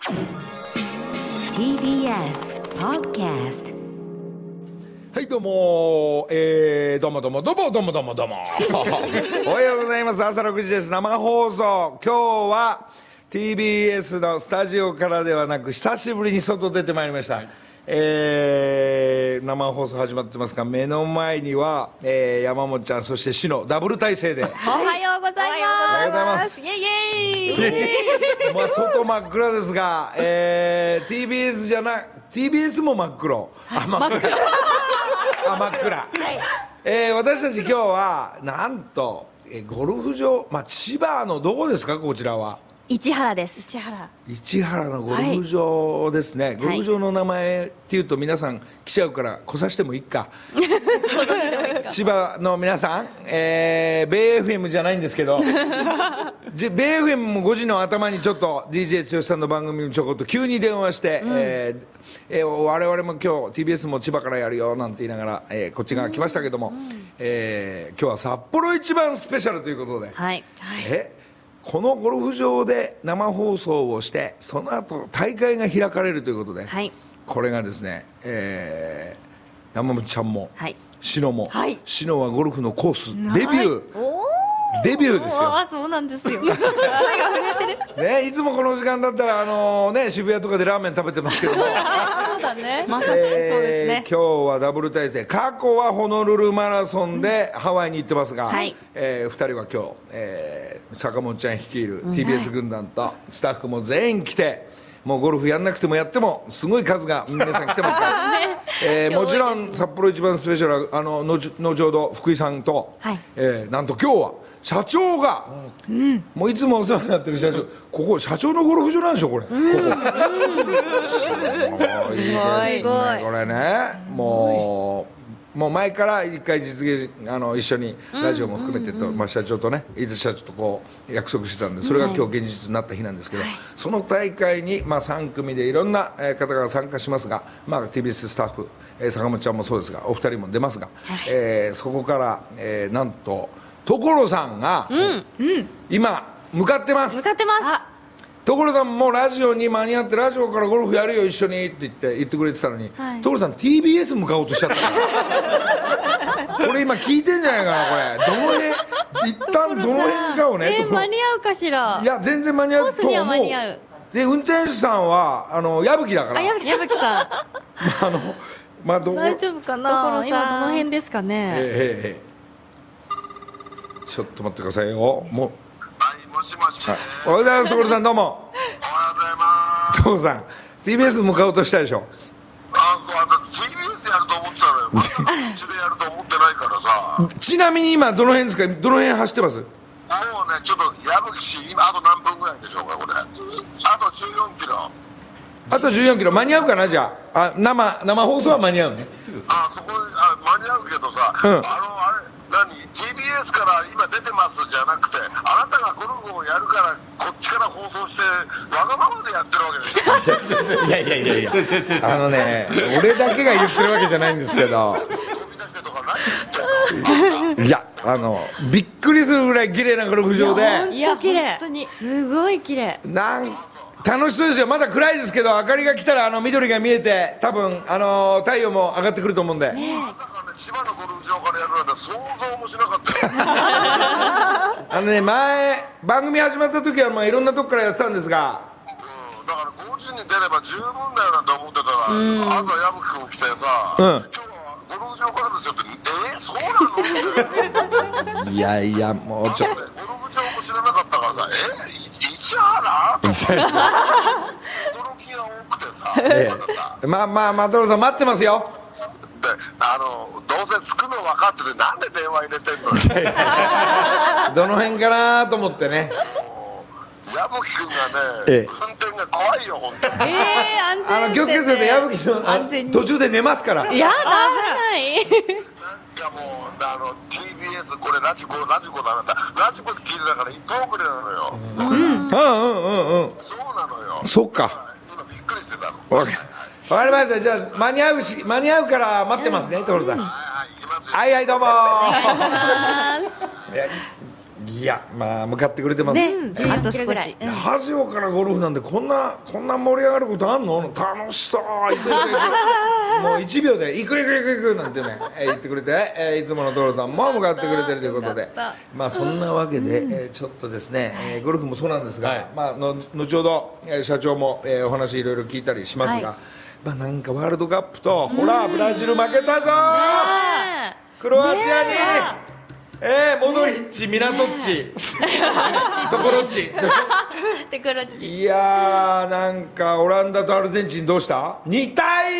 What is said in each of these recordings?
TBS Podcast。 はいどうも、どうもおはようございます。朝6時です。生放送。今日は TBS のスタジオからではなく久しぶりに外出てまいりました、生放送始まってますが、目の前には、山本ちゃんそしてしのダブル体制でおはようございます。 おはようございます。 イエイイエイ。 まあ外真っ暗ですが、TBS じゃない TBS も真っ黒、真っ暗真っ暗、私たち今日はなんと、ゴルフ場、千葉のどこですかこちらは。 市原です。 市原のゴルフ場ですね、ゴルフ場の名前っていうと皆さん来ちゃうから来させてもいいか千葉の皆さん、ベイ FM じゃないんですけどベイ FM も5時の頭にちょっと DJ 剛さんの番組にちょこっと急に電話して、我々も今日 TBS も千葉からやるよなんて言いながら、こっち側来ましたけども、今日は札幌一番スペシャルということで、このゴルフ場で生放送をしてその後大会が開かれるということで、これがですね、山本ちゃんも、しのも、しのはゴルフのコースデビューですよ。 そうなんですよ。声が震えてる。 ね、いつもこの時間だったら渋谷とかでラーメン食べてますけどもそうだね。まさしくそうですね。 今日はダブル体制。過去はホノルルマラソンでハワイに行ってますが、2人は今日、坂本ちゃん率いる TBS 軍団とスタッフも全員来て、もうゴルフやんなくてもやってもすごい数が皆さん来てますから、もちろん札幌一番スペシャルは後ほど福井さんと、なんと今日は社長が、もういつもお世話になってる社長、ここ社長のゴルフ場なんでしょこれ、ここすごいですねこれね。もう前から一回実現一緒にラジオも含めてと、社長とね飯田社長とこう約束してたんで、それが今日現実になった日なんですけど、その大会に3組でいろんな方が参加しますが、TBS スタッフ、坂本ちゃんもそうですがお二人も出ますが、そこから、なんと所さんが、今向かってます。所さんもラジオに間に合って、ラジオからゴルフやるよ一緒にって言ってくれてたのに、所さん TBS 向かおうとしちゃったからこれ今聞いてんじゃないかな、これどの辺一旦どの辺かをね、 間に合うかしら。 いや全然間に合うと思う。 コースには間に合う。 で運転手さんは矢吹だから、 矢吹さん大丈夫かな。今どの辺ですかね。 ちょっと待ってくださいよ。もしもし、おはようございます。所さんどうも。 おはようございます。 所さん TBS 向かおうとしたでしょ。 TBS でやると思ってたのよ。まさかこっちでやると思ってないからさ。 ちなみに今どの辺ですか。どの辺走ってます。 もうね、ちょっと矢吹市、今あと何分ぐらいでしょうかこれ。あと14キロ。 あと14キロ間に合うかな。じゃあ生放送は間に合うね。 そこ間に合うけどさ、TBS から今出てますじゃなくて、あなたがゴルフをやるからこっちから放送してわがままでやってるわけですよ。 いや俺だけが言ってるわけじゃないんですけどいやびっくりするぐらい綺麗なゴルフ場で、 いや綺麗、すごい綺麗。 楽しそうですよ。まだ暗いですけど明かりが来たら緑が見えて、多分太陽も上がってくると思うんで、 まさかね千葉のゴルフ場からやるなんて想像もしなかったよ前番組始まった時はいろんなとこからやってたんですが、 だから5時に出れば十分だよなと思ってたら、朝矢吹君来てさ、今日はゴルフ場からですよって、そうなのいやもうちょっとゴルフ場も知らなかったからさ、市原と驚きが多くてさ、 所さん待ってますよ。 でどうせ着くの分かっててなんで電話入れてんのよどの辺かなと思ってね。 矢吹君がね、運転が怖いよ本当に。 安全気をつけてください。矢吹さん途中で寝ますから。 いや危ない。 なんかもうTBS これラジコだなったラジコで聞いてたから一本遅れなのよ。そうなのよ。 そっか。 今びっくりしてたの。 わかりました。じゃあ間に合うから待ってますね、所さん。はいどうもいやまあ向かってくれてます、 ね、14キロぐらい。 ラジオからゴルフなんてこんな盛り上がることあんの？楽しそう。行くもう1秒で行くなんてね、言ってくれて、いつものトロさんも向かってくれてるということで、まあそんなわけで、ちょっとですね、ゴルフもそうなんですが、まあ後ほど、社長も、お話いろいろ聞いたりしますが、まあなんかワールドカップと、ほらブラジル負けたぞー、クロアチアに、モドリッチ、ミナトッチ、トコロッチ。いやー、なんかオランダとアルゼンチンどうした ?2 対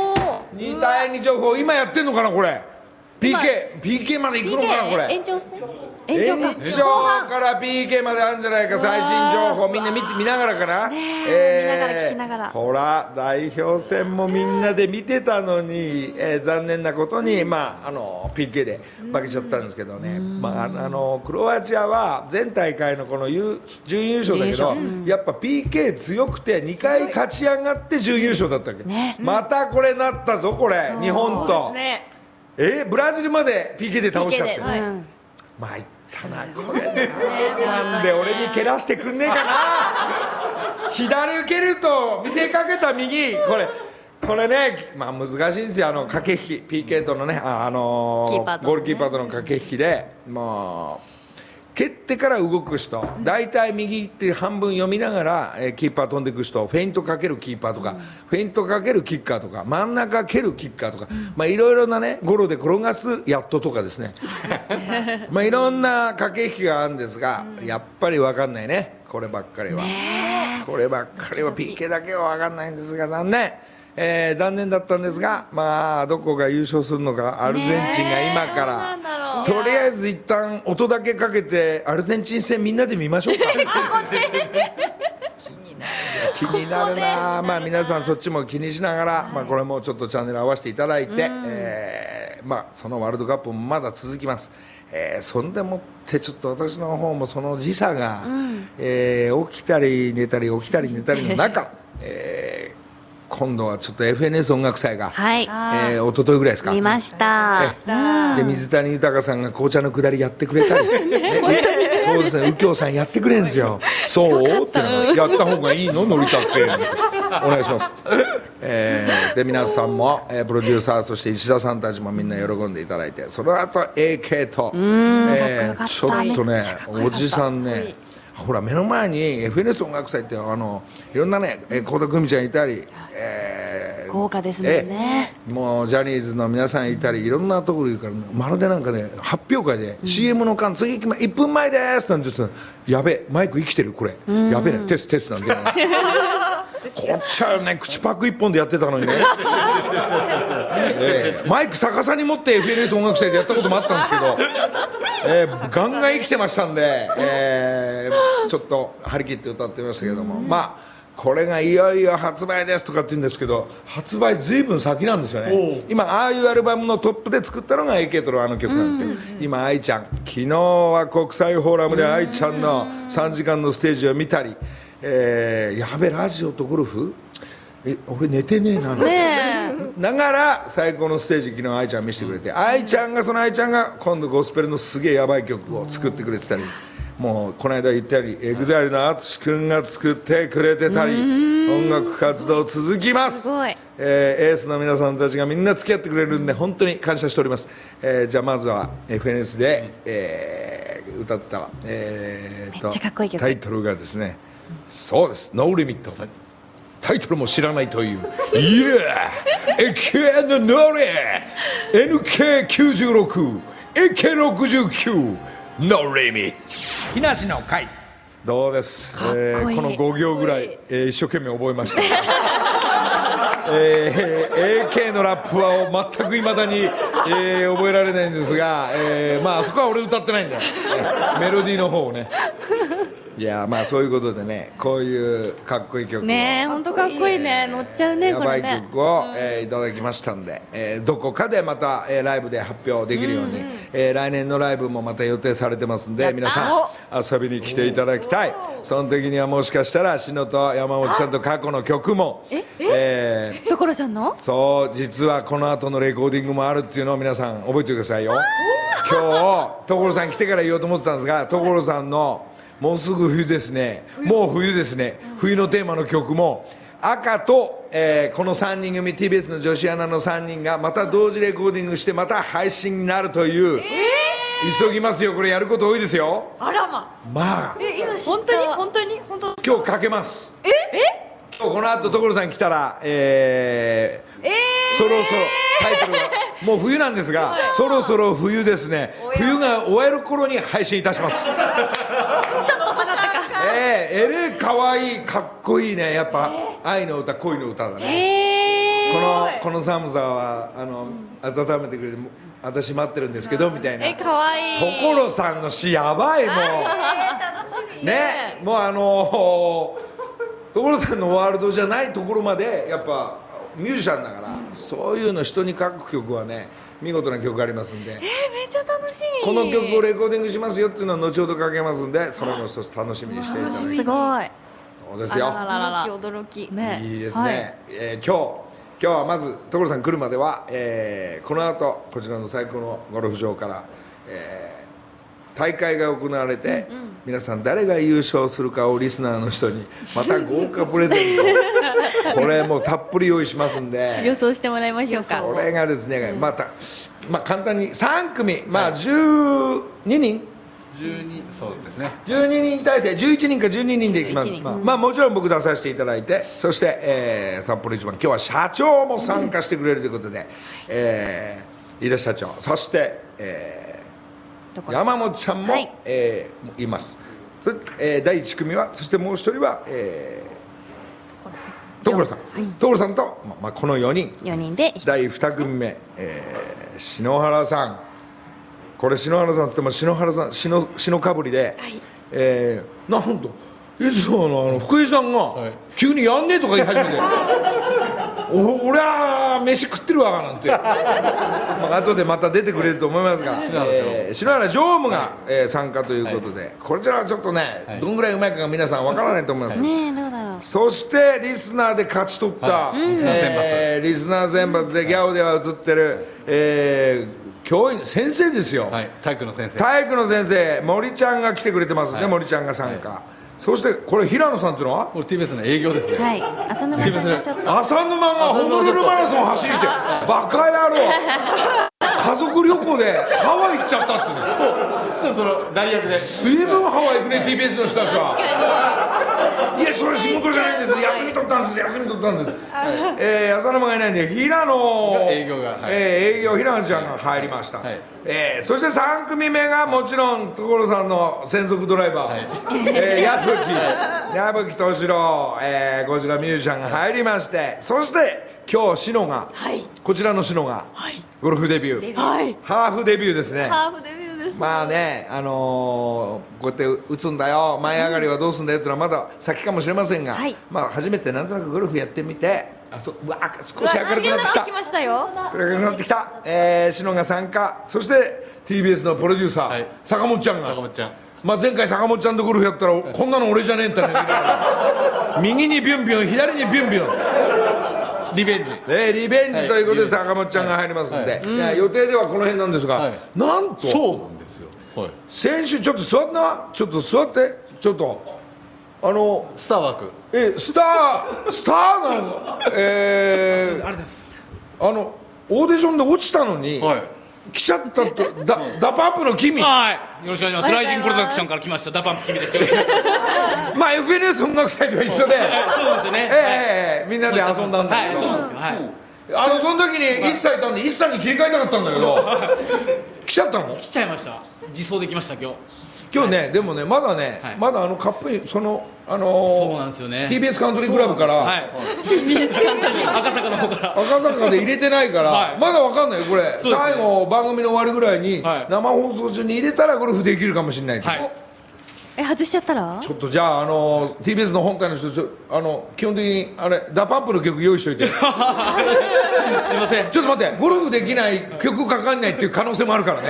2!2 対2情報、今やってんのかな、これ。PK まで行くのかな、これ。 延長から PK まであるんじゃないか、最新情報みんな見ながらかな、 見ながら聞きながら、 ほら代表戦もみんなで見てたのに、残念なことに、まあ、PK で負けちゃったんですけどね、まあ、クロアチアは前大会のこの準優勝だけど、やっぱ PK 強くて2回勝ち上がって準優勝だったわけ、またこれなったぞ、これ日本と、ブラジルまで PK で倒しちゃって、まあいったな、これなんで俺に蹴らしてくんねえかな左受けると見せかけた右、これね、まあ難しいんですよ、駆け引き PK とのね、ゴールキーパーとの駆け引きで、もう蹴ってから動く人、大体右って半分読みながら、キーパー飛んでいく人、フェイントかけるキーパーとか、フェイントかけるキッカーとか、真ん中蹴るキッカーとか、まあいろいろなね、ゴロで転がすヤットとかですねまあいろんな駆け引きがあるんですが、やっぱり分かんないね、こればっかりは、PK だけは分かんないんですが、残念だったんですが、まあどこが優勝するのか、アルゼンチンが今からとりあえず一旦音だけかけてアルゼンチン戦みんなで見ましょうか気になるな、まあ皆さんそっちも気にしながら、まあこれもちょっとチャンネル合わせていただいて、まあそのワールドカップもまだ続きます、そんでもってちょっと私の方もその時差が、起きたり寝たり起きたり寝たりの中、今度はちょっと FNS 音楽祭が、一昨日ぐらいですか、 見ました。 で水谷豊さんが紅茶の下りやってくれたり、そうですね、右京さんやってくれるんですよ。そうってのやった方がいいの、乗りたってお願いします、で皆さんも、プロデューサー、そして石田さんたちもみんな喜んでいただいて、その後 AK と、ちょっとね、おじさんね、ほら目の前に FNS 音楽祭っていろんなね、倖田來未ちゃんいたり、 豪華ですもんね、 もうジャニーズの皆さんいたり、いろんなところいるから、まるでなんかね、発表会で CM の間、次1分前ですなんて言ってた、やべえマイク生きてる、これやべえね、テスなんてこっちはね、口パク1本でやってたのにねマイク逆さに持って FNS 音楽祭でやったこともあったんですけど、ガンガン生きてましたんで、ちょっと張り切って歌ってましたけども、まあこれがいよいよ発売ですとかって言うんですけど、発売ずいぶん先なんですよね。今ああいうアルバムのトップで作ったのが AK との曲なんですけど、今愛ちゃん、昨日は国際フォーラムで愛ちゃんの3時間のステージを見たり、やべラジオとゴルフ、俺寝てねえながら最高のステージ、昨日愛ちゃん見せてくれて、愛ちゃんが今度ゴスペルのすげえやばい曲を作ってくれてたり、もうこの間言ったように EXILE の淳君が作ってくれてたり、音楽活動続きます。エースの皆さんたちがみんな付き合ってくれるんで本当に感謝しております。じゃあまずは FNS で、歌った、 めっちゃかっこいい曲、 タイトルがですね、そうです、ノーリミット、タイトルも知らないといういや AK のノレ NK96 AK69 ノーリミット、木梨の会どうです、この5行ぐらい、一生懸命覚えましたAK のラップは全くいまだに、覚えられないんですが、まあそこは俺歌ってないんだよ、メロディーの方をね。 いやまあそういうことでね、こういうかっこいい曲をねえ、本当かっこいいね。乗っちゃうね、 やばいこれね。 曲を、いただきましたんで、どこかでまた、ライブで発表できるように、来年のライブもまた予定されてますんで、皆さん遊びに来ていただきたい。その時にはもしかしたら篠と山本ちゃんと過去の曲も所さんのそう実はこの後のレコーディングもあるっていうのを皆さん覚えておいてくださいよ。今日所さん来てから言おうと思ってたんですが、所さんのもうすぐ冬ですね、もう冬ですね、冬のテーマの曲も赤と、この3人組 TBS の女子アナの3人がまた同時レコーディングしてまた配信になるという、急ぎますよ、これやること多いですよ。 あらまあ今本当に本当に本当今日かけます。今日この後所さん来たら、そろそろタイトルはもう冬なんですが、そろそろ冬ですね。冬が終える頃に配信いたします。 ちょっと下がったか。 かわいい、かっこいいね。やっぱ、愛の歌、恋の歌だね。この寒さは温めてくれて私待ってるんですけどみたいな。 かわいい。 所さんの詩やばいもう。 楽しみね、もう所さんのワールドじゃないところまでやっぱミュージシャンだから、そういうの人に書く曲はね、見事な曲がありますんで、 めっちゃ楽しみ。 この曲をレコーディングしますよっていうのは後ほどかけますんで、それも一つ楽しみにしていただきたい。 すごい。 そうですよ。 驚きね、 いいですね。今日はまず所さん来るまでは、この後こちらの最高のゴルフ場から、大会が行われて、皆さん誰が優勝するかをリスナーの人にまた豪華プレゼントこれもうたっぷり用意しますんで予想してもらいましょうか。 これがですね、まあ簡単に3組、まあ12人そうですね、 12人に対して11人か12人でいきます。まあもちろん僕出させていただいて、そして、札幌一番今日は社長も参加してくれるということで、飯田社長、そして、山本ちゃんも、います。第1組は、そしてもう一人は、所さん、所さんと、この4人で第2組目、篠原さん。これ篠原さんっつっても篠原さん篠かぶりで、なんといつもの福井さんが急にやんねえとか言い始めて俺は飯食ってるわなんて後でまた出てくれると思いますが、篠原常務が、参加ということで、こちらはちょっとね、どんぐらいうまいかが皆さんわからないと思います、 ね、どうだろう。 そしてリスナーで勝ち取った、リスナー選抜でギャオでは映ってる、教員先生ですよ、 体育の先生森ちゃんが来てくれてますね、森ちゃんが参加、そしてこれ平野さんっていうのはこれ TBS の営業ですね。 浅沼さんがちょっと浅沼がホノルルマラソン走りってバカ野郎家族旅行でハワイ行っちゃったってね。 そうちょっとその代役で随分ハワイ行くね TBS の人たちはいやそれ仕事じゃないんです、休み取ったんです、浅沼がいないんで平野営業が、 営業平野ちゃんが入りました、そして3組目がもちろん所さんの専属ドライバー、矢吹敏郎、こちらミュージシャンが入りまして、そして今日篠が、こちらの篠が、ゴルフデビュー、ハーフデビューですね。まあね、こうやって打つんだよ、前上がりはどうすんだよっていうのはまだ先かもしれませんが、まあ初めてなんとなくゴルフやってみて、うわ少し明るくなってきた、明るくなってきた、篠が参加、そして TBS のプロデューサー、坂本ちゃんが、まあ、前回坂本ちゃんとゴルフやったら、こんなの俺じゃねえんだね右にビュンビュン左にビュンビュンリベンジということで坂本ちゃんが入りますんで、予定ではこの辺なんですが、なんとそうなんですよ、 先週ちょっと座ってな、ちょっと座って、ちょっとスターワークスターなのオーディションで落ちたのに、来ちゃったとダパンプの君、 よろしくお願いします。ライジングプロダクションから来ましたダパンプ君です。よろしくお願いします。 まあ FNS 音楽祭とは一緒で、 そうですよね。 みんなで遊んだんだけど、 そうなんですよ。 その時に1歳いたんで1歳に切り替えたかったんだけど来ちゃったの？ 来ちゃいました。自走できました今日ね。でもねまだね、まだカップインそうなんですよね。 TBS カントリークラブから、 TBS カントリー赤坂の方から赤坂で入れてないから、まだわかんないよこれ。最後番組の終わりぐらいに、生放送中に入れたらゴルフできるかもしれないけど、 外しちゃったらちょっとじゃあ、TBS の本体の人基本的にダパンプの曲用意しといてすいません。 ちょっと待って、ゴルフできない曲かかんないっていう可能性もあるからね、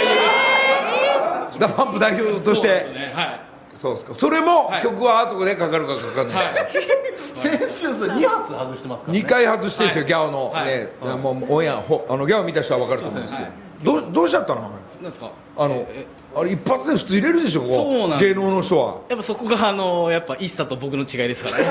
ダパンプ代表として、そうですか。それも曲は後でかかるかかかんない、 先週2発外してますからね。 2回外してるんですよ、ギャオのね、もうオンエアギャオ見た人は分かると思うんですけど、どうしちゃったのなんですか。 あれ一発で普通入れるでしょ、 そうなんです。 芸能の人はやっぱそこがやっぱ一茶と僕の違いですからね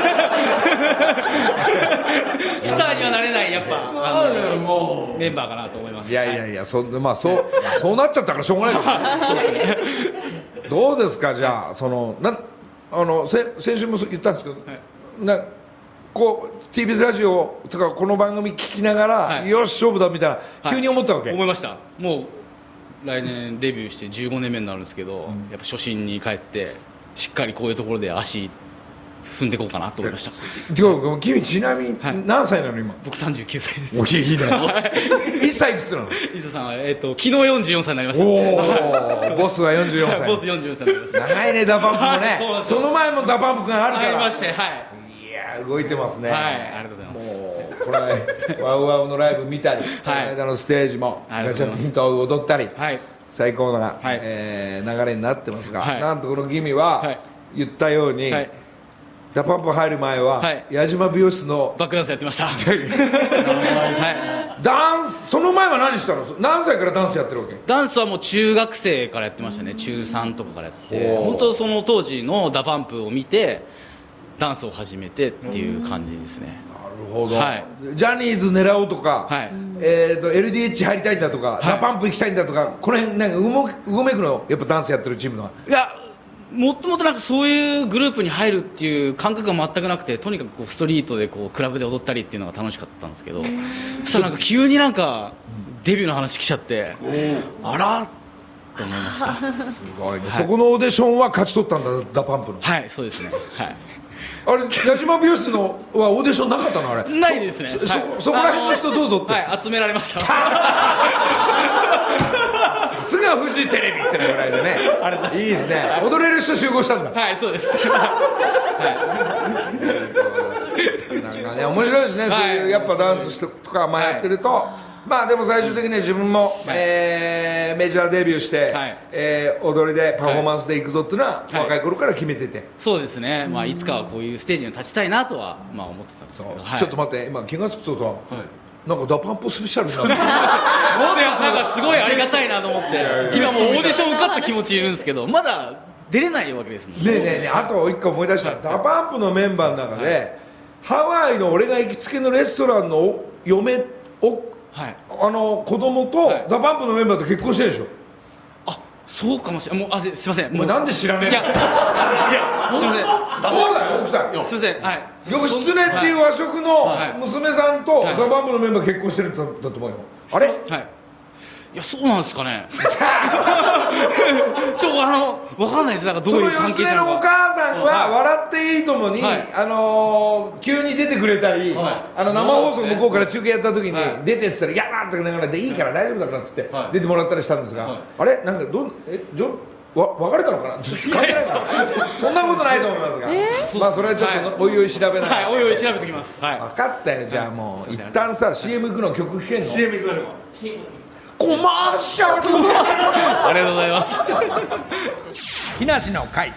スターにはなれないやっぱもうメンバーかなと思います。 いやそうなっちゃったからしょうがないけどどうですか、じゃあ先週も言ったんですけど、こう TBS ラジオとかこの番組聞きながら、よし勝負だみたいな、急に思ったわけ。 思いました。もう来年デビューして15年目になるんですけど、やっぱ初心に帰ってしっかりこういうところで足踏んでいこうかなと思いました。 君ちなみに何歳なの今？ 僕39歳です。 おいいね1歳いくつなの？ 伊佐さんは、昨日44歳になりました。 おボスは44歳ボス44歳になりました。 長いね、ダパンプもねその前もダパンプがあるからありまして、いや動いてますね。 ありがとうございます。 もうこれワウワウのライブ見たり、この間のステージもガチャピンと踊ったり、最高な、流れになってますが、なんとこのギミは、言ったように、ダパンプ入る前は、矢島美容室のバックダンスやってましたダンス、その前は何したの？何歳からダンスやってるわけ？ ダンスはもう中学生からやってましたね。中3とかからやって本当その当時のダパンプを見てダンスを始めてっていう感じですね。 なるほど、ジャニーズ狙おうとか、LDH 入りたいんだとか、ダパンプ行きたいんだとか、この辺なんかうごめくのやっぱダンスやってるチームのは。 いやもともとなんかそういうグループに入るっていう感覚が全くなくて、とにかくこうストリートでこうクラブで踊ったりっていうのが楽しかったんですけど、そしたらなんか急になんかデビューの話来ちゃって、あらって思いましたすごいね、そこのオーディションは勝ち取ったんだ、ダパンプの。 そうですね。 あれ矢島美容室のはオーディションなかったの？あれないですね。 そこら辺の人どうぞって、 集められましたさすがフジテレビってのぐらいでねいいですね、踊れる人集合したんだ。 そうですなんかね、面白いですね、そういうやっぱダンスとかやってると、まあでも最終的には自分も、メジャーデビューして、踊りでパフォーマンスでいくぞっていうのは、若い頃から決めてて。 そうですね、いつかはこういうステージに立ちたいなとは思ってたんですけど、 ちょっと待って、今気が付くとなんかダパンプスペシャルになってなんかすごいありがたいなと思って、今もうオーディション受かった気持ちいるんですけど、まだ出れないわけですもんね。 ねえあと一個思い出した、ダパンプのメンバーの中で、ハワイの俺が行きつけのレストランの嫁子供とダパンプのメンバーと結婚してるでしょ。 そうかもしれない。もうすいません。 もうなんで知らねえの？いやすいません。 そうだよ奥さん。 すいません。 義経っていう和食の娘さんとダパンプのメンバー結婚してるんだと思うよ。あれ？ いやそうなんですかね。わかんないです。なんかどういう関係者なのか。 その娘のお母さんは笑っていいともに、急に出てくれたり、生放送向こうから中継やった時に出てって言ったら、いやーって言いながらでいいから大丈夫だからっつって出てもらったりしたんですが、あれなんか別れたのかな？関係ないかそんなことないと思いますが、まあそれはちょっとおいおい調べながら。 おいおい調べておきます。 分かったよ。じゃあもう一旦さ CM 行くの、曲聴けんの？ CM 行きましょう。 コマーシャルありがとうございます。 木梨の会。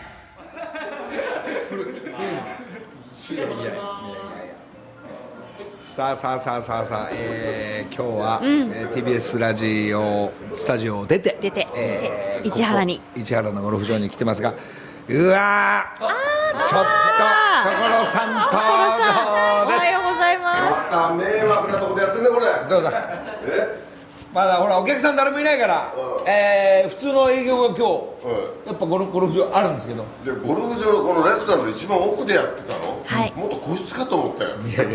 さあ、今日は、TBS ラジオスタジオを出て市原のゴルフ場に来てますが、うわー、ちょっと所さん登場です。 おはようございます。 迷惑なとこでやってんねこれ。 どうぞ。まだほらお客さん誰もいないから、普通の営業が今日、やっぱゴルフ場あるんですけど、 でゴルフ場のこのレストランの一番奥でやってたの、もっと個室かと思ったよ。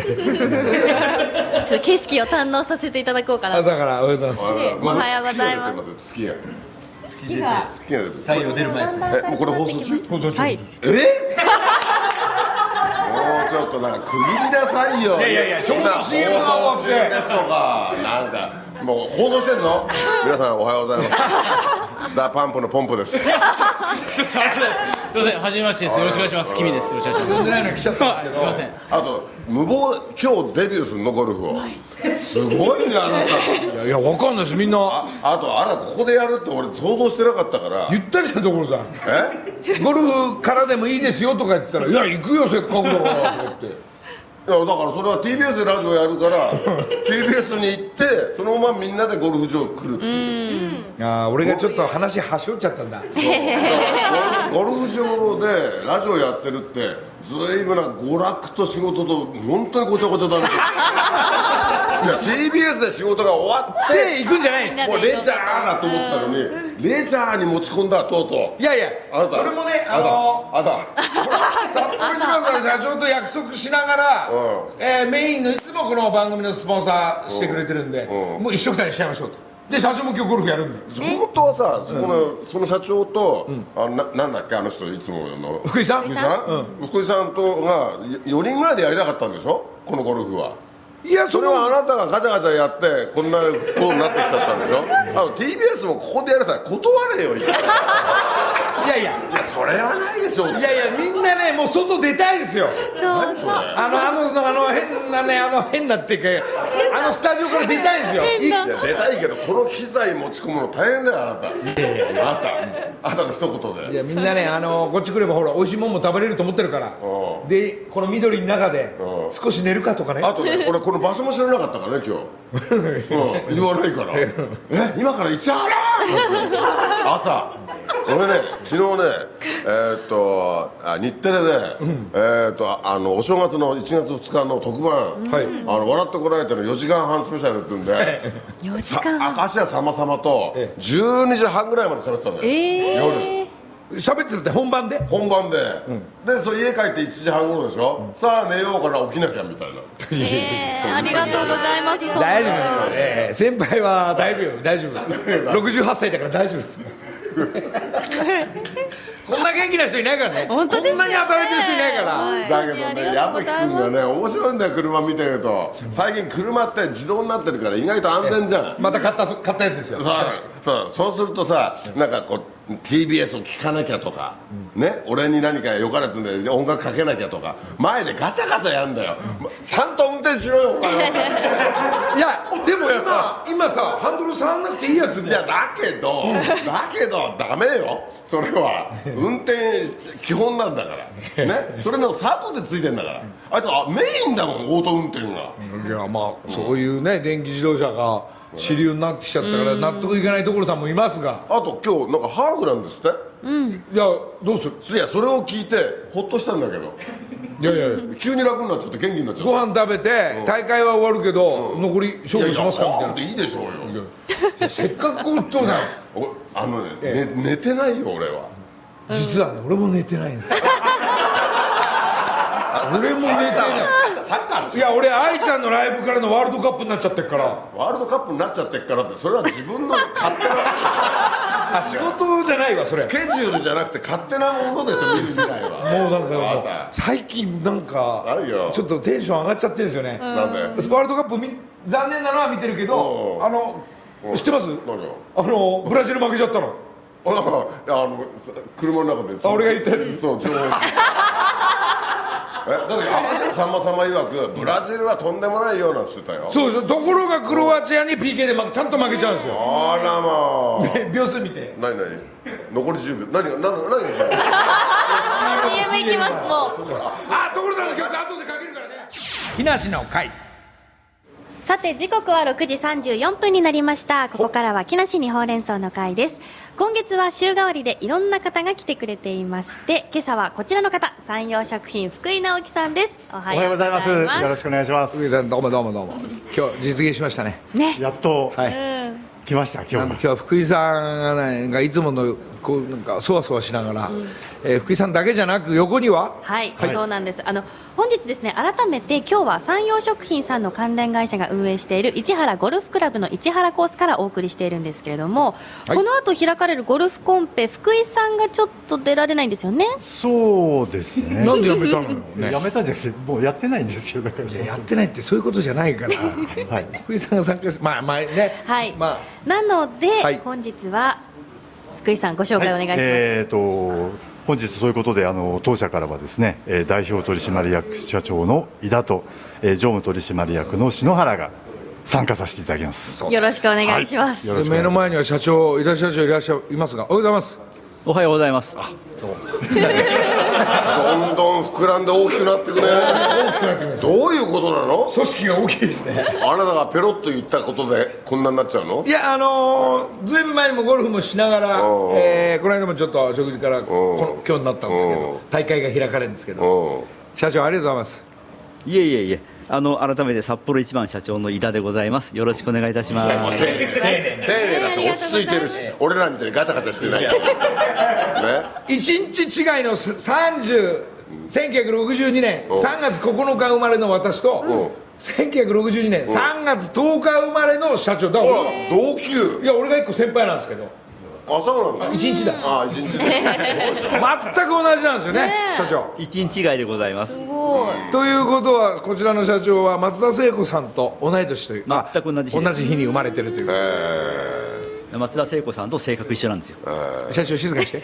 景色を堪能させていただこうかな。 朝からおはようございます。 おはようございます。 好きや太陽出る前ですね。 もうこれ放送中？ 放送中。 もうちょっとなんか区切りなさいよ。 いやちょうど CM が終わってですとかなんかもう放送してんの？皆さんおはようございます。 ダパンプのポンプです。 すいません、はじめましてです。よろしくお願いします。キミです。よろしくお願いします。 ないの来ちゃったんですけど。 すいません。 あと無謀、今日デビューするのゴルフを。すごいねあなた。 いやわかんないですみんな。 あとあなたここでやるって俺想像してなかったから。 言ったじゃん所さん。ゴルフからでもいいですよとか言ってたら、いや行くよせっかくだからと思って。 いやだからそれは TBS でラジオやるから TBS に行ってそのままみんなでゴルフ場来るっていう。 俺がちょっと話はしょっちゃったんだ。 ゴルフ場でラジオやってるってずいぶんな娯楽と仕事と本当にごちゃごちゃだね。いや CBS で仕事が終わって行くんじゃないです。 もうレジャーだと思ってたのにレジャーに持ち込んだとうとう。 いやいやあなたそれもねあなた札幌一番さん社長と約束しながら、メインのいつもこの番組のスポンサーしてくれてるんで、もう一緒くたにしちゃいましょうと。で社長も今日ゴルフやるんで。 本当はさその社長となんだっけあの人いつもの福井さん福井さんとが4人ぐらいでやりたかったんでしょこのゴルフは。 いやそれはあなたがガチャガチャやってこんなことになってきちゃったんでしょ。TBS もここでやれたら断れよ。いやそれはないでしょ。いやみんなねもう外出たいですよ。 そうそう。 変なっていうかスタジオから出たいんですよ。 いや出たいけどこの機材持ち込むの大変だよあなた。あなたの一言で。 いやみんなねこっち来ればほら美味しいもんも食べれると思ってるから。でこの緑の中で少し寝るかとかね。 あとね俺この場所も知らなかったからね今日。言わないから。今から市原朝。俺ね昨日ね日テレでお正月の1月2日の特番「笑ってこられて」の4時間半スペシャルっていうんで明石家さんま様と12時半ぐらいまで喋ってたのよ。夜喋ってたって本番ででそう家帰って1時半頃でしょ。さあ寝ようから起きなきゃみたいな。 ありがとうございます。 大丈夫。先輩は大丈夫68歳だから大丈夫。こんな元気な人いないからね。 本当ですよね。 こんなに働いてる人いないから。 だけどね矢吹君がね面白いんだよ車見てると。最近車って自動になってるから意外と安全じゃん。 また買ったやつですよ。 そうするとさなんかこうTBS を聴かなきゃとか、ね、俺に何か良かれてんで音楽かけなきゃとか前でガチャガチャやんだよ。ちゃんと運転しろよお前は。 いやでも今さハンドル触んなくていいやつ。 いやだけどダメよそれは。運転基本なんだからね。それのサブでついてんだからあいつメインだもんオート運転が。 いやそういうね電気自動車が主流になってきちゃったから納得いかない所さんもいますが。 あと今日なんかハーフなんですって。 いやどうする。 いやそれを聞いてホッとしたんだけど。いや急に楽になっちゃって元気になっちゃって。 ご飯食べて大会は終わるけど残り勝負しますかみたいな。 ハーフでいいでしょうよ。 せっかく父さん寝てないよ俺は。 実はね俺も寝てないんですよ。俺も寝てない。 サッカーの。 いや俺愛ちゃんのライブからのワールドカップになっちゃってっから。 ワールドカップになっちゃってっからってそれは自分の勝手な仕事じゃないわそれ。 スケジュールじゃなくて勝手なものでしょ見る自体は。 もうなんか最近なんかちょっとテンション上がっちゃってるんですよね。 なんで。 ワールドカップ残念なのは見てるけど知ってます？ブラジル負けちゃったの。 車の中で俺が言ったやつ。 そう情報だって山下さんま様曰くブラジルはとんでもないようなって言ってたよ。 そうです。ところがクロアチアに PK でちゃんと負けちゃうんですよ。 あらまあ秒数見て。 何残り10秒。何が CM いきますもう。 所さんの曲後でかけるからね。木梨の会。 さて時刻は6時34分になりました。ここからは木梨にほうれん草の会です。今月は週替わりでいろんな方が来てくれていまして、今朝はこちらの方、山陽食品福井直樹さんです。おはようございます。よろしくお願いします。 福井さんどうも今日実現しましたね。 やっと、来ました今日は福井さんがいつものこうなんかそわそわしながら、福井さんだけじゃなく横にはそうなんです。本日ですね改めて今日は山陽食品さんの関連会社が運営している市原ゴルフクラブの市原コースからお送りしているんですけれども、この後開かれるゴルフコンペ福井さんがちょっと出られないんですよね。 そうですね。 なんでやめたのよ、 やめたんじゃなくてもうやってないんですよ。だからやってないってそういうことじゃないから福井さんが参加してなので、本日は福井さんご紹介お願いします。 本日そういうことで当社からはですね、代表取締役社長の井田と、常務取締役の篠原が参加させていただきます。 よろしくお願いします。 目の前には社長、井田社長いらっしゃいますが、おはようございます。 おはようございます。 どんどん膨らんで大きくなってくね。どういうことなの？ 組織が大きいですね。 あなたがペロッと言ったことでこんなになっちゃうの？ いや、ずいぶん前にもゴルフもしながら、この間もちょっと食事から今日になったんですけど、大会が開かれるんですけど、社長ありがとうございます。 いえ改めて札幌一番社長の井田でございます。よろしくお願いいたします。 丁寧だし落ち着いてるし、俺らみたいにガチャガチャしてないね。 1日違いの1962年3月9日生まれの私と、1962年3月10日生まれの社長だ。 同級。 いや、俺が1個先輩なんですけど。 あ、そうなんだ。 1日だ。 あ、1日だ。全く同じなんですよね、社長。 1日違いでございます。 すごい。 ということは、こちらの社長は松田聖子さんと同い年という、 全く同じ日です。 同じ日に生まれてるという。 松田聖子さんと性格一緒なんですよ。 社長静かにして。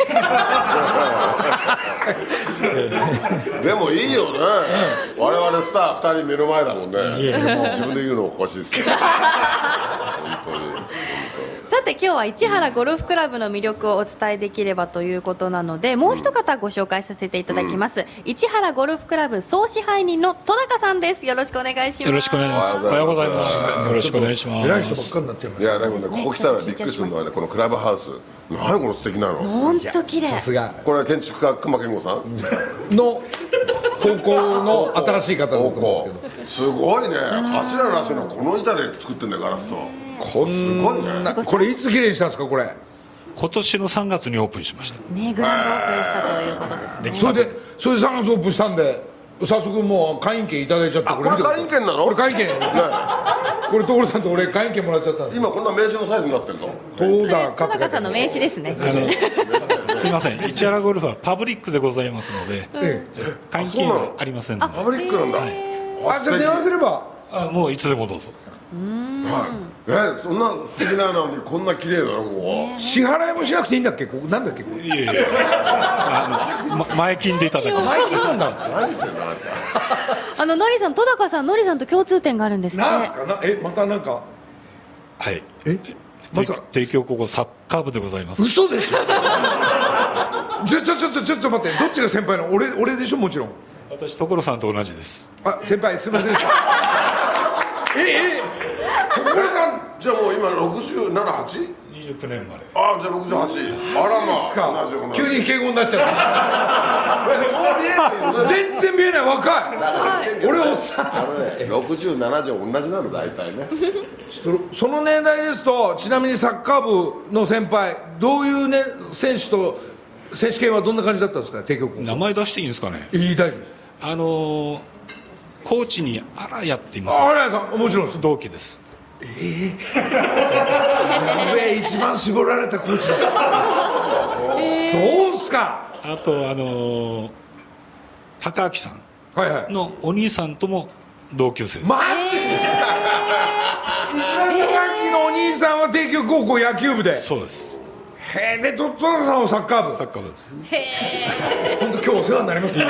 でもいいよね。我々スター2人目の前だもんね。自分で言うのおかしいですよ。本当に。 さて今日は市原ゴルフクラブの魅力をお伝えできればということなので、もう一方ご紹介させていただきます。市原ゴルフクラブ総支配人の戸高さんです。よろしくお願いします。 よろしくお願いします。おはようございます。よろしくお願いします。 偉い人ばっかりになっちゃいました。 いや、でもね、ここ来たらびっくりするのはね、このクラブハウス。何この素敵なの。 本当綺麗。 さすが。 これは建築家隈研吾さんの高校の新しい方だと思うんですけど、 すごいね。柱らしいのこの板で作ってんだよ、ガラスと。 こんな、これいつ綺麗にしたんですか、これ。 今年の3月にオープンしましたね。グランドオープンしたということですね。 それで3月オープンしたんで、早速もう会員権いただいちゃって。 これ会員権なの？ これ会員権。これ所さんと俺会員権もらっちゃったんです。 今こんな名刺のサイズになってんの？ 戸高さんの名刺ですね。 すみません、市原ゴルフはパブリックでございますので、会員権はありませんので。 パブリックなんだ。 じゃあ電話すれば。 もういつでもどうぞ。 そんな素敵なのにこんな綺麗なの？ここ支払いもしなくていいんだっけ？ここなんだっけ？ いえいえ、前金でいただきます。 前金なんだ。 ノリさん、戸高さん、ノリさんと共通点があるんですね。 なんですか？またなんか。 はい。帝京高校サッカー部でございます。 嘘でしょ。ちょっと待って、どっちが先輩の？俺でしょ、もちろん。 私所さんと同じです。 先輩すみませんでした。所さん、 じゃあもう今67、8？ 29年まで。 じゃあ68。あらまあ。 急に敬語になっちゃった。そう見えないよね。全然見えない、若い。俺おっさん。 60、70同じなの大体ね。 その年代ですと、ちなみにサッカー部の先輩、どういうね選手と選手権はどんな感じだったんですか、帝京高校。 名前出していいんですかね。 いい、大丈夫です。 コーチに荒谷って言います。 荒谷さん、もちろんです。 同期です。 一番絞られたコーチだ。そうっすか。 あと高明さんのお兄さんとも同級生です。 マジ？石橋貴明のお兄さんは帝京高校野球部で。 そうです。 で戸高さんはサッカー部。 サッカー部です。 本当今日お世話になりますね。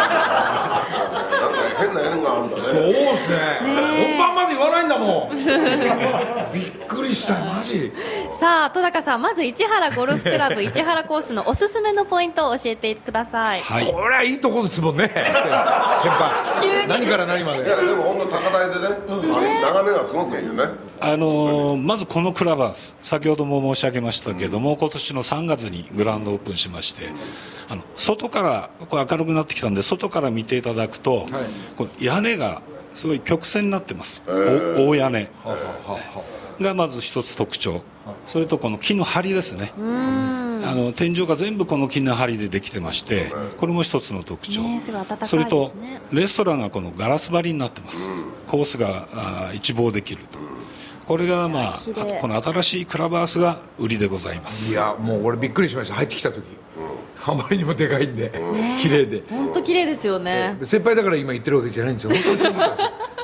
変な縁があるんだね。 そうですね。本番まで言わないんだもん。びっくりした、マジ。 さあ戸高さん、まず市原ゴルフクラブ市原コースのおすすめのポイントを教えてください。 これはいいとこですもんね。先輩。何から何まで。 いやでも本当高台でね、眺めがすごくいいよね。 まずこのクラブハウス、先ほども申し上げましたけども、今年の3月にグランドオープンしまして、外からこう明るくなってきたんで、外から見ていただくと、この屋根がすごい曲線になってます。大屋根がまず一つ特徴。それとこの木の梁ですね。天井が全部この木の梁でできてまして、これも一つの特徴。それとレストランがこのガラス張りになってます。コースが一望できると。これがこの新しいクラブハウスが売りでございます。 いやもう俺びっくりしました、入ってきた時。あまりにもでかいんで、綺麗で。 本当綺麗ですよね。 先輩だから今言ってるわけじゃないんですよ。本当に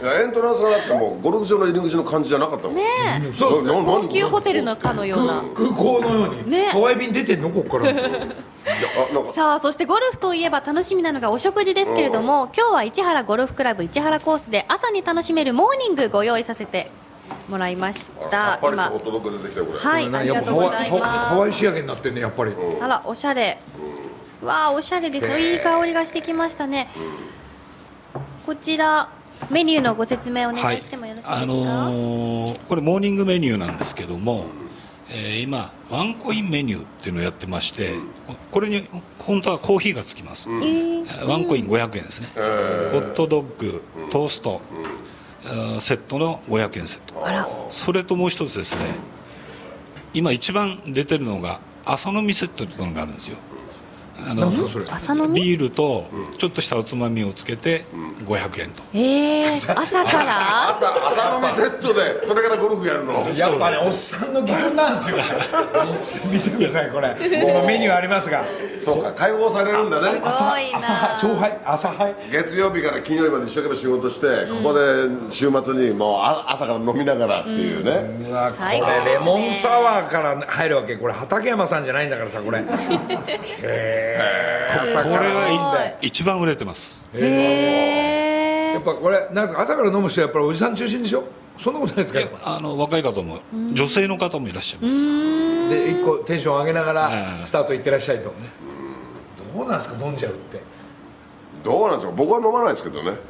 エントランスがだってもうゴルフ場の入り口の感じじゃなかったもんねえ、高級ホテルのかのような空港のように、 ね、 ハワイ便出てんのこっからさあ、そしてゴルフといえば楽しみなのがお食事ですけれども、今日は市原ゴルフクラブ市原コースで朝に楽しめるモーニングご用意させてもらいました。 さっぱりしたホットドッグ出てきたよこれ。 はい、ありがとうございます。 ハワイ仕上げになってんねやっぱり。 あら、おしゃれ。わあ、おしゃれですよ。いい香りがしてきましたね。こちらメニューのご説明お願いしてもよろしいですか。 これモーニングメニューなんですけども、今ワンコインメニューっていうのをやってまして、これに本当はコーヒーがつきます。ワンコイン500円ですね。ホットドッグ、トースト、セットの500円セット。それともう一つですね、今一番出てるのが朝飲みセットというのがあるんですよ。 朝飲みビールとちょっとしたおつまみをつけて500円と。 朝から朝飲みセットでそれからゴルフやるの。 やっぱね、おっさんの議論なんですよ。見てくださいこれ。今メニューありますが。 そうか、解放されるんだね。 朝杯。 月曜日から金曜日まで一生懸命仕事して、ここで週末にもう朝から飲みながらっていうね。 これレモンサワーから入るわけ。これ畠山さんじゃないんだからさ、これ。 これが一番売れてます。 やっぱこれなんか朝から飲む人はやっぱりおじさん中心でしょ。そんなことないですか。 若い方も女性の方もいらっしゃいます。 で一個テンション上げながらスタート行ってらっしゃいと。どうなんですか、飲んじゃうって。 どうなんですか、僕は飲まないですけどね。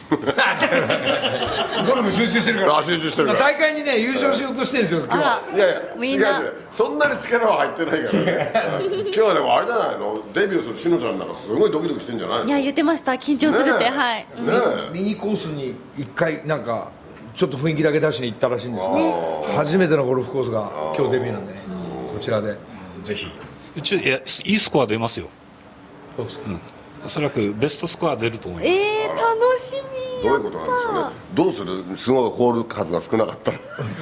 ゴルフ集中してるから。 集中してるから。 大会にね優勝しようとしてるんですよ今日。 いやいや違う、そんなに力は入ってないからね。今日はでもあれじゃないの、デビューするしのちゃんなんかすごいドキドキしてんじゃないの。 いや、言ってました、緊張するって。はい。 ミニコースに一回なんかちょっと雰囲気だけ出しに行ったらしいんですよ。初めてのゴルフコースが今日デビューなんでね、こちらでぜひ。うちいいスコア出ますよ。 そうですか。 おそらくベストスコア出ると思います。 楽しみ。 どういうことなんでしょうね。どうする、すごいホール数が少なかったら。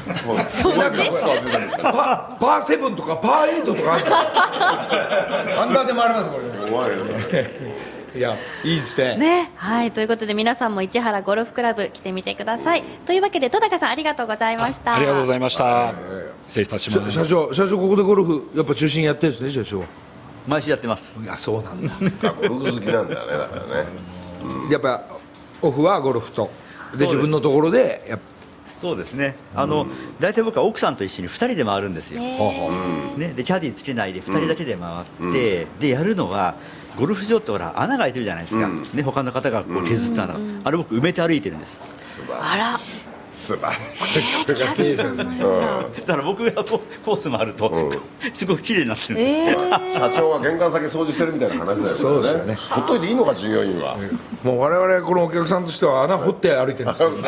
パー7とかパー8とかアンダーで回りますこれ。 怖いね。 いや、いいですね。 ね、はい、ということで皆さんも市原ゴルフクラブ来てみてください。というわけで戸高さん、ありがとうございました。 ありがとうございました。失礼いたします。 社長ここでゴルフやっぱ中心やってるんですね、社長。 毎週やってます。 いや、そうなんだ。 ゴルフ好きなんだよね、だからね。 やっぱオフはゴルフとで自分のところでそうですね。大体僕は奥さんと一緒に2人で回るんですよ。ね、でキャディーつけないで2人だけで回って、でやるのはゴルフ場ってほら穴が開いてるじゃないですか。ね、他の方がこう削った穴、あれ僕埋めて歩いてるんです。 あら。 素晴らしい。 キャディーさんのような。 だから僕がコース回るとすごく綺麗になってるんです。 社長が玄関先掃除してるみたいな話だよね。 そうですよね。 ほっといていいのか、従業員は。 もう我々このお客さんとしては穴掘って歩いてるんですよ。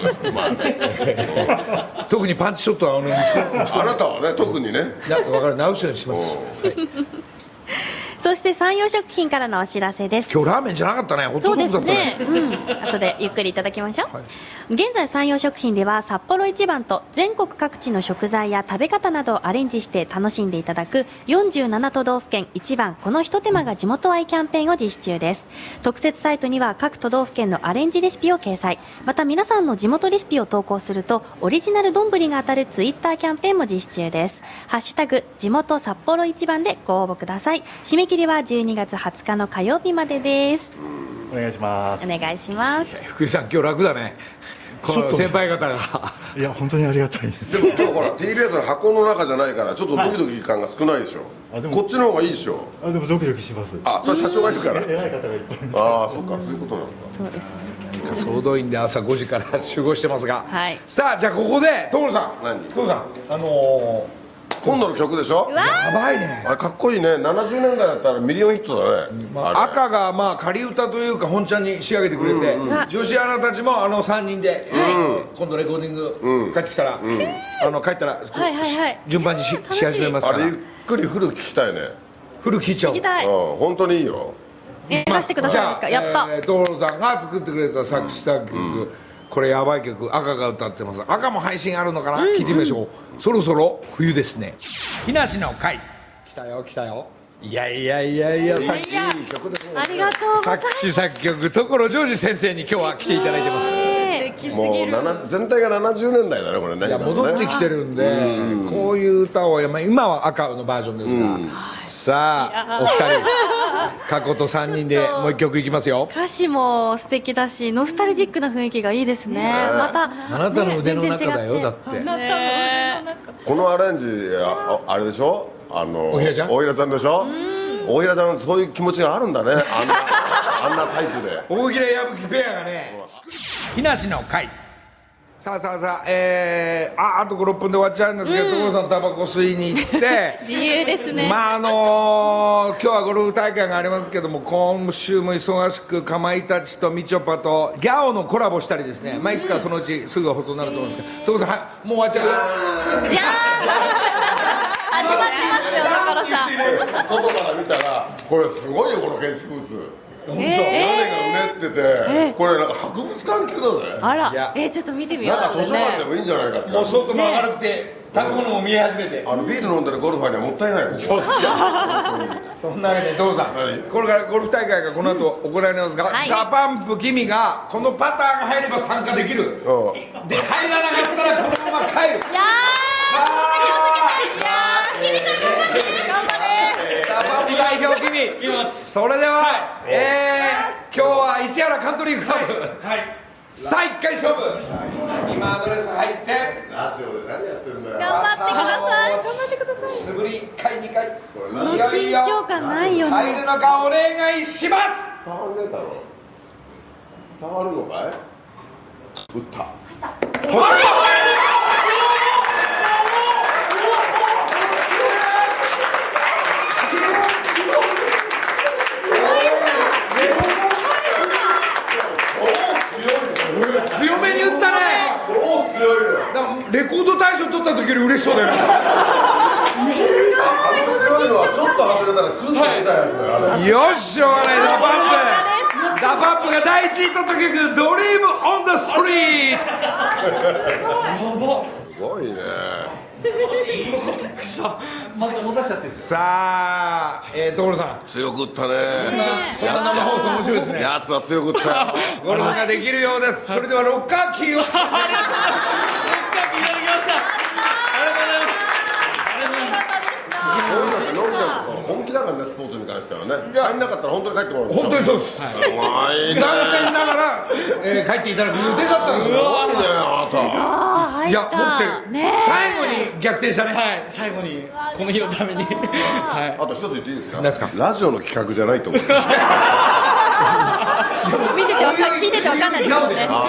特にパンチショットはあなたはね、特にね。 分かる、直すようにします。 そして山陽食品からのお知らせです。 今日ラーメンじゃなかったね。ホットドッグだったね。 そうですね。後でゆっくりいただきましょう。現在山陽食品では札幌一番と全国各地の食材や食べ方などをアレンジして楽しんでいただく47都道府県一番このひと手間が地元愛キャンペーンを実施中です。特設サイトには各都道府県のアレンジレシピを掲載。また皆さんの地元レシピを投稿するとオリジナル丼が当たるツイッターキャンペーンも実施中です。ハッシュタグ地元札幌一番でご応募ください。締め切りは12月20日の火曜日までです。 お願いします。 お願いします。 福井さん、今日楽だね。この先輩方が。 いや、本当にありがたい。 でも今日ほら T レースの箱の中じゃないからちょっとドキドキ感が少ないでしょ。こっちの方がいいでしょ。 でもドキドキします。 それ社長がいるから。 偉い方がいっぱいいます。 ああ、そうか、そういうことなの。 そうですね。 総動員で朝5時から集合してますが、 はい、 さあじゃあここで所さん、所さん、 今度の曲でしょ。 やばいね。 あれかっこいいね。70年代だったらミリオンヒットだね。 赤がまあ仮歌というか本ちゃんに仕上げてくれて、女子アナたちも3人で今度レコーディング帰ってきたら、帰ったら順番にし始めますから。 あれゆっくりフル聞きたいね。 フル聞いちゃう。 聞きたい。 本当にいいよ。 出してくださいですか。やった。 所さんが作ってくれた作詞作曲、これやばい曲、赤が歌ってます。赤も配信あるのかな、聞いてみましょう。そろそろ冬ですね。木梨の会来たよ来たよ。いやさっきいい曲ですね。 ありがとうございます。 作詞作曲所ジョージ先生に今日は来ていただいてます。 もう全体が70年代だねこれね。 いや戻ってきてるんで、こういう歌を今は赤のバージョンですが、さあお二人過去と3人でもう一曲いきますよ。 歌詞も素敵だしノスタルジックな雰囲気がいいですね。またあなたの腕の中だよだって。 このアレンジあれでしょ、 おひらちゃんでしょ。大平さんそういう気持ちがあるんだね、あんなタイプで。 大平矢吹ペアがね、木梨の会。さああと5、6分で終わっちゃうんですけど、所さんタバコ吸いに行って自由ですね。 まあ今日はゴルフ大会がありますけども、今週も忙しくかまいたちとみちょぱとギャオのコラボしたりですね、いつかそのうちすぐ放送になると思うんですけど、所さんもう終わっちゃう。 じゃーん始まってますよ所さん。 外から見たらこれすごいよこの建築物。本当、屋根がうねってて、これなんか博物館級だぜ。 あら、ちょっと見てみよう。 なんか図書館でもいいんじゃないかって。 もう外も明るくて建物も見え始めて、 ビール飲んでるゴルファーにはもったいないもん。 そうっすよそんなわけで所さん、これからゴルフ大会がこの後行われますが、ダパンプ君がこのパターンが入れば参加できる、で入らなかったらこのまま帰る。 いや代表君、それでは、今日は市原カントリークラブ、さあ1回勝負、今アドレス入ってラジオで何やってんだよ。 頑張ってください。 素振り1回2回、 この緊張感ないよね。 入るのかお願いします。 伝わんねえだろ。伝わるのかい。打った。 強めに打ったね。 超強いの。 レコード大賞取った時より嬉しそうだよね。 強いのはちょっと外れたらクンと出ちゃうやつだよ。 よし、しょうがない。ダパンプが第1位取った曲、ドリームオンザストリート。 すごいね。 さあ、所さん強く打ったね。 こんな生放送面白いですね。 やつは強く打ったよ。 ゴルフができるようです。それではロッカーキーを。 ロッカーキーいただきました。ありがとうございます。 のんちゃんとか本気だからね、スポーツに関してはね。入んなかったら本当に帰ってもらう。 本当にそうです。 すごいね。 残念ながら、帰っていただく予定だったんですよ。 すごいね、朝。 いや、持ってる。最後に逆転したね。 はい、最後にこの日のために。はい。 あと一つ言っていいですか。 何ですか。 ラジオの企画じゃないと思う。 見てて聞いててわかんないですよね。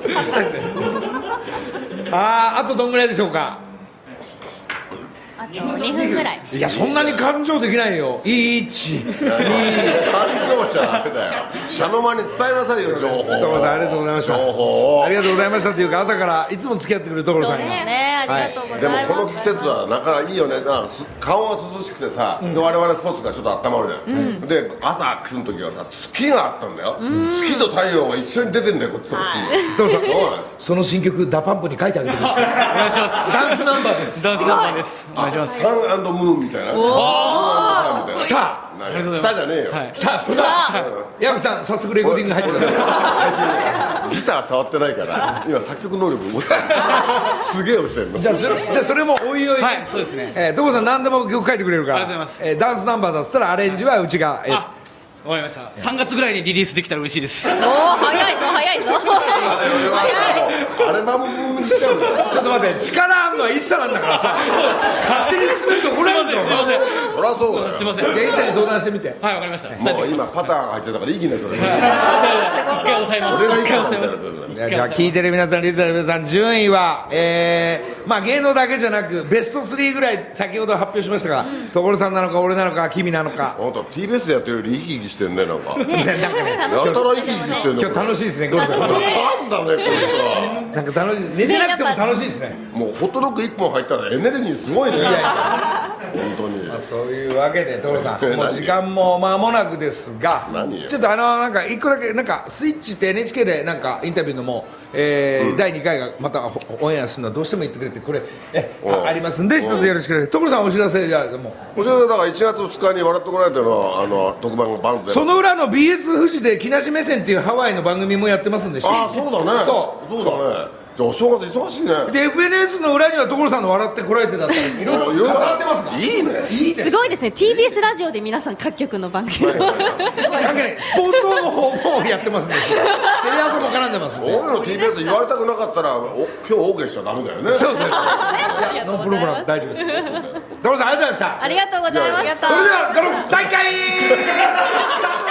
あとどんぐらいでしょうか。 あと2分ぐらい。 いや、そんなに感情できないよ。1、2。 感情しちゃダメだよ。茶の間に伝えなさいよ、情報。 所さんありがとうございました。 情報をありがとうございましたというか、朝からいつも付き合ってくれる所さんに。 そうですね、ありがとうございます。 でもこの季節はなかなかいいよね。顔が涼しくてさ、で我々スポーツがちょっと温まるじゃん。で朝来る時はさ、月があったんだよ。月と太陽が一緒に出てんだよ、こっちとこっち。 所さん、その新曲ダパンプに書いてあげてください。 お願いします。 ダンスナンバーです。 ダンスナンバーです。お願いします。 サン&ムーンみたいな。 来た。 来たじゃねえよ。 さあ、矢吹さん、早速レコーディング入ってください。ギター触ってないから今作曲能力落ちてる。すげえ落ちてるの。 い。じゃあそれもおいおい。 はい、そうですね。 所さん何でも曲書いてくれるから。 ありがとうございます。 ダンスナンバーだったらアレンジはうちが。 わかりました。3月ぐらいにリリースできたら嬉しいです。 おお、早いぞ早いぞ。 あれナムムにしちゃうの。 ちょっと待って、力あんのは一切なんだからさ、勝手に進めると怒られるんですよ。 すいません。 そりゃそうだよ。 すいません。 じゃあ一切に相談してみて。 はい、わかりました。 もう今パターンが入っちゃったからいい気になっちゃった。 一回抑えます。 俺がいい一回抑えます。 じゃあ聞いてる皆さん、リスナーの皆さん、順位はまあ芸能だけじゃなくベスト3ぐらい先ほど発表しましたが、所さんなのか俺なのか君なのか。 本当 TBS でやってるより生き生きしてるね、なんか。 なんかね、 やたら生き生きしてるね。 今日楽しいですね、ゴルフ。 なんだね、この人は。 なんか楽しい、寝てなくても楽しいですね。 もうホットドッグ1本入ったらエネルギーすごいね。 本当に、 そういうわけで所さんもう時間も間もなくですが、ちょっとなんか一個だけなんかスイッチって NHK でなんかインタビューのも、第2回がまたオンエアするのはどうしても言ってくれてこれありますんで一つよろしくお願いします。所さんお知らせじゃあもうお知らせだから1月2日に笑ってこられての特番がバンでその裏の BS 富士で木梨目線っていうハワイの番組もやってますんで。 ああそうだね、そうだね。じゃあお正月忙しいね。 で FNS の裏には所さんの笑ってこられてだったりいろいろ重なってますか。 いいね、 いいですごいですね。 TBS ラジオで皆さん各局の番組をなんかねスポーツ王の方もやってますんでテレ朝も絡んでますんで。 おいの TBS 言われたくなかったら今日 OK しちゃダメだよね。 そうですいやノープログラム大丈夫です。所さんありがとうございました。 ありがとうございました。 それではゴルフ大会スタート